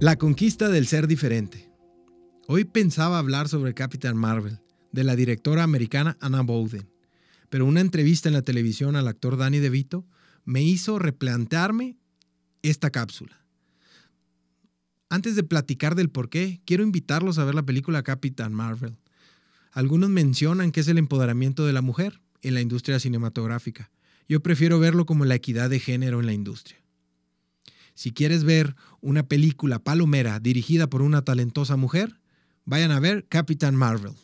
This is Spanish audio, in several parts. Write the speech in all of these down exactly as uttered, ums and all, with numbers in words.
La conquista del ser diferente. Hoy pensaba hablar sobre Capitán Marvel, de la directora americana Anna Boden, pero una entrevista en la televisión al actor Danny DeVito me hizo replantearme esta cápsula. Antes de platicar del porqué, quiero invitarlos a ver la película Capitán Marvel. Algunos mencionan que es el empoderamiento de la mujer en la industria cinematográfica. Yo prefiero verlo como la equidad de género en la industria. Si quieres ver una película palomera dirigida por una talentosa mujer, vayan a ver Capitán Marvel.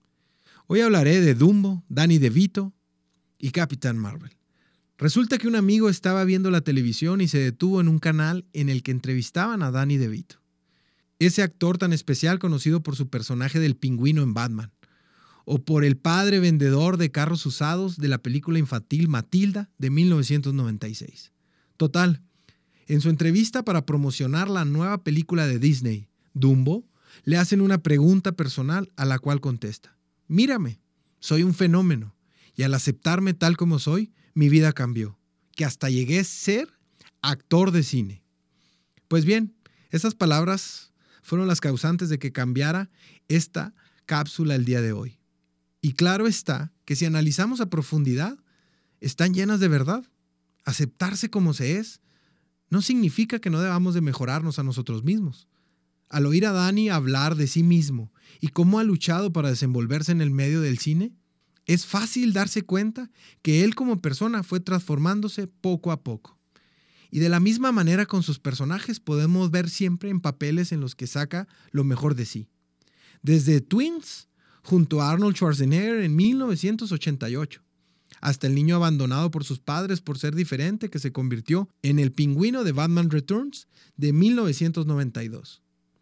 Hoy hablaré de Dumbo, Danny DeVito y Capitán Marvel. Resulta que un amigo estaba viendo la televisión y se detuvo en un canal en el que entrevistaban a Danny DeVito. Ese actor tan especial conocido por su personaje del Pingüino en Batman, o por el padre vendedor de carros usados de la película infantil Matilda de mil novecientos noventa y seis. Total, en su entrevista para promocionar la nueva película de Disney, Dumbo, le hacen una pregunta personal a la cual contesta: mírame, soy un fenómeno y al aceptarme tal como soy, mi vida cambió, que hasta llegué a ser actor de cine. Pues bien, esas palabras fueron las causantes de que cambiara esta cápsula el día de hoy. Y claro está que si analizamos a profundidad, están llenas de verdad. Aceptarse como se es no significa que no debamos de mejorarnos a nosotros mismos. Al oír a Danny hablar de sí mismo y cómo ha luchado para desenvolverse en el medio del cine, es fácil darse cuenta que él como persona fue transformándose poco a poco. Y de la misma manera con sus personajes podemos ver siempre en papeles en los que saca lo mejor de sí. Desde Twins, junto a Arnold Schwarzenegger en mil novecientos ochenta y ocho, hasta el niño abandonado por sus padres por ser diferente que se convirtió en el Pingüino de Batman Returns de mil novecientos noventa y dos.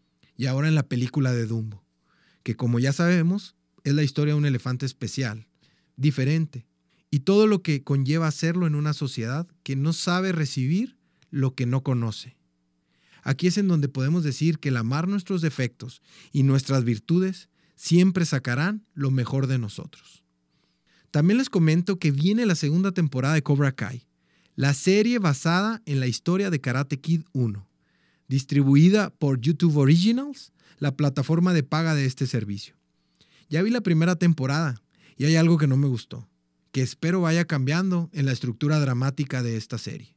Y ahora en la película de Dumbo, que como ya sabemos es la historia de un elefante especial, diferente, y todo lo que conlleva hacerlo en una sociedad que no sabe recibir lo que no conoce. Aquí es en donde podemos decir que el amar nuestros defectos y nuestras virtudes siempre sacarán lo mejor de nosotros. También les comento que viene la segunda temporada de Cobra Kai, la serie basada en la historia de Karate Kid uno, distribuida por YouTube Originals, la plataforma de paga de este servicio. Ya vi la primera temporada y hay algo que no me gustó, que espero vaya cambiando en la estructura dramática de esta serie.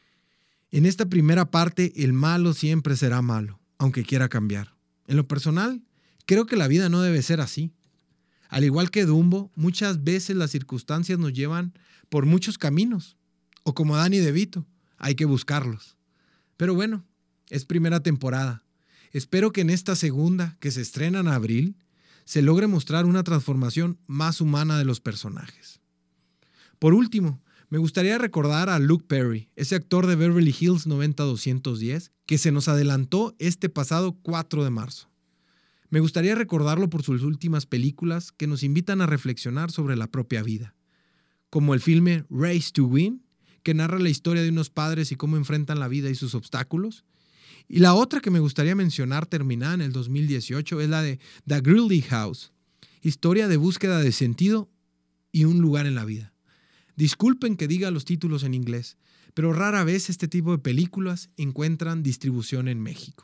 En esta primera parte, el malo siempre será malo, aunque quiera cambiar. En lo personal, creo que la vida no debe ser así. Al igual que Dumbo, muchas veces las circunstancias nos llevan por muchos caminos. O como Danny DeVito, hay que buscarlos. Pero bueno, es primera temporada. Espero que en esta segunda, que se estrena en abril, se logre mostrar una transformación más humana de los personajes. Por último, me gustaría recordar a Luke Perry, ese actor de Beverly Hills noventa doscientos diez, que se nos adelantó este pasado cuatro de marzo. Me gustaría recordarlo por sus últimas películas que nos invitan a reflexionar sobre la propia vida, como el filme Race to Win, que narra la historia de unos padres y cómo enfrentan la vida y sus obstáculos. Y la otra que me gustaría mencionar, terminada en el dos mil dieciocho, es la de The Greeley House, historia de búsqueda de sentido y un lugar en la vida. Disculpen que diga los títulos en inglés, pero rara vez este tipo de películas encuentran distribución en México.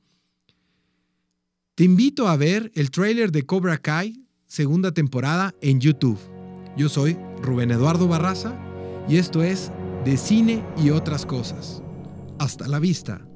Te invito a ver el tráiler de Cobra Kai, segunda temporada, en YouTube. Yo soy Rubén Eduardo Barraza y esto es De Cine y Otras Cosas. Hasta la vista.